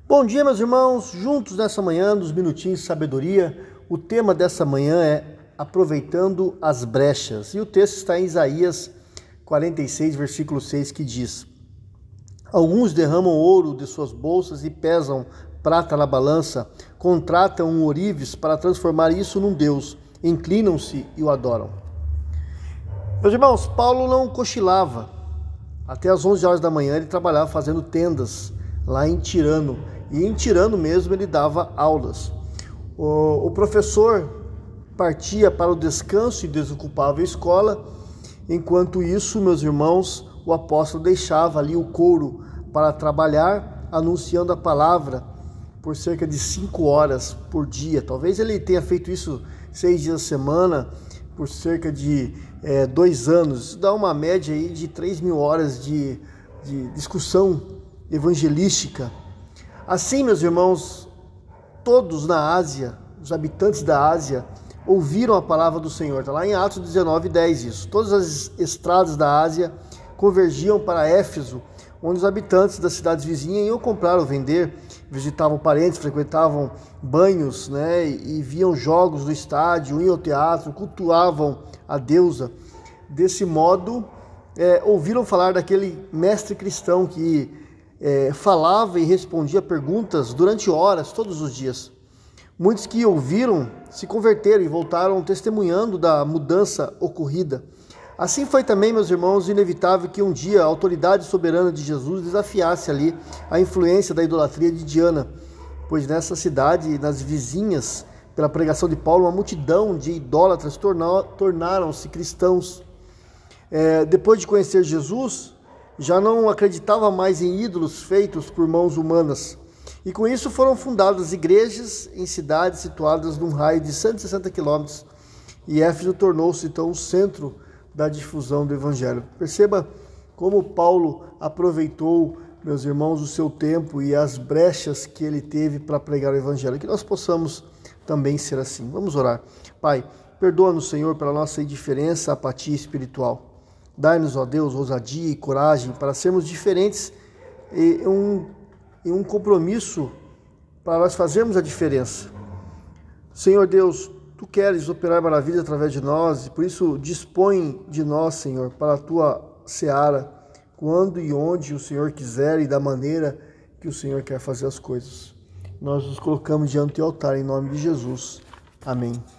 Bom dia, meus irmãos, juntos nessa manhã, nos Minutinhos de Sabedoria. O tema dessa manhã é aproveitando as brechas. E o texto está em Isaías 46, versículo 6, que diz: Alguns derramam ouro de suas bolsas e pesam prata na balança, contratam um ourives para transformar isso num deus, inclinam-se e o adoram. Meus irmãos, Paulo não cochilava. Até às 11 horas da manhã ele trabalhava fazendo tendas lá em Tirano. E em Tirano mesmo ele dava aulas. O professor partia para o descanso e desocupava a escola. Enquanto isso, meus irmãos, o apóstolo deixava ali o couro para trabalhar, anunciando a palavra por cerca de 5 horas por dia. Talvez ele tenha feito isso 6 dias a semana, por cerca de 2 anos. Isso dá uma média aí de 3.000 horas de discussão evangelística. Assim, meus irmãos, todos na Ásia, os habitantes da Ásia, ouviram a palavra do Senhor. Está lá em Atos 19:10 isso. Todas as estradas da Ásia convergiam para Éfeso, onde os habitantes das cidades vizinhas iam comprar ou vender, visitavam parentes, frequentavam banhos, e viam jogos do estádio, iam ao teatro, cultuavam a deusa. Desse modo, ouviram falar daquele mestre cristão que falava e respondia perguntas durante horas, todos os dias. Muitos que ouviram se converteram e voltaram testemunhando da mudança ocorrida. Assim foi também, meus irmãos, inevitável que um dia a autoridade soberana de Jesus desafiasse ali a influência da idolatria de Diana, pois nessa cidade e nas vizinhas, pela pregação de Paulo, uma multidão de idólatras tornaram-se cristãos. Depois de conhecer Jesus, já não acreditava mais em ídolos feitos por mãos humanas. E com isso foram fundadas igrejas em cidades situadas num raio de 160 quilômetros. E Éfeso tornou-se então o centro da difusão do Evangelho. Perceba como Paulo aproveitou, meus irmãos, o seu tempo e as brechas que ele teve para pregar o Evangelho. Que nós possamos também ser assim. Vamos orar. Pai, perdoa-nos, Senhor, pela nossa indiferença, apatia espiritual. Dai-nos, ó Deus, ousadia e coragem para sermos diferentes e um compromisso para nós fazermos a diferença. Senhor Deus, Tu queres operar maravilhas através de nós e por isso dispõe de nós, Senhor, para a Tua seara, quando e onde o Senhor quiser e da maneira que o Senhor quer fazer as coisas. Nós nos colocamos diante do altar em nome de Jesus. Amém.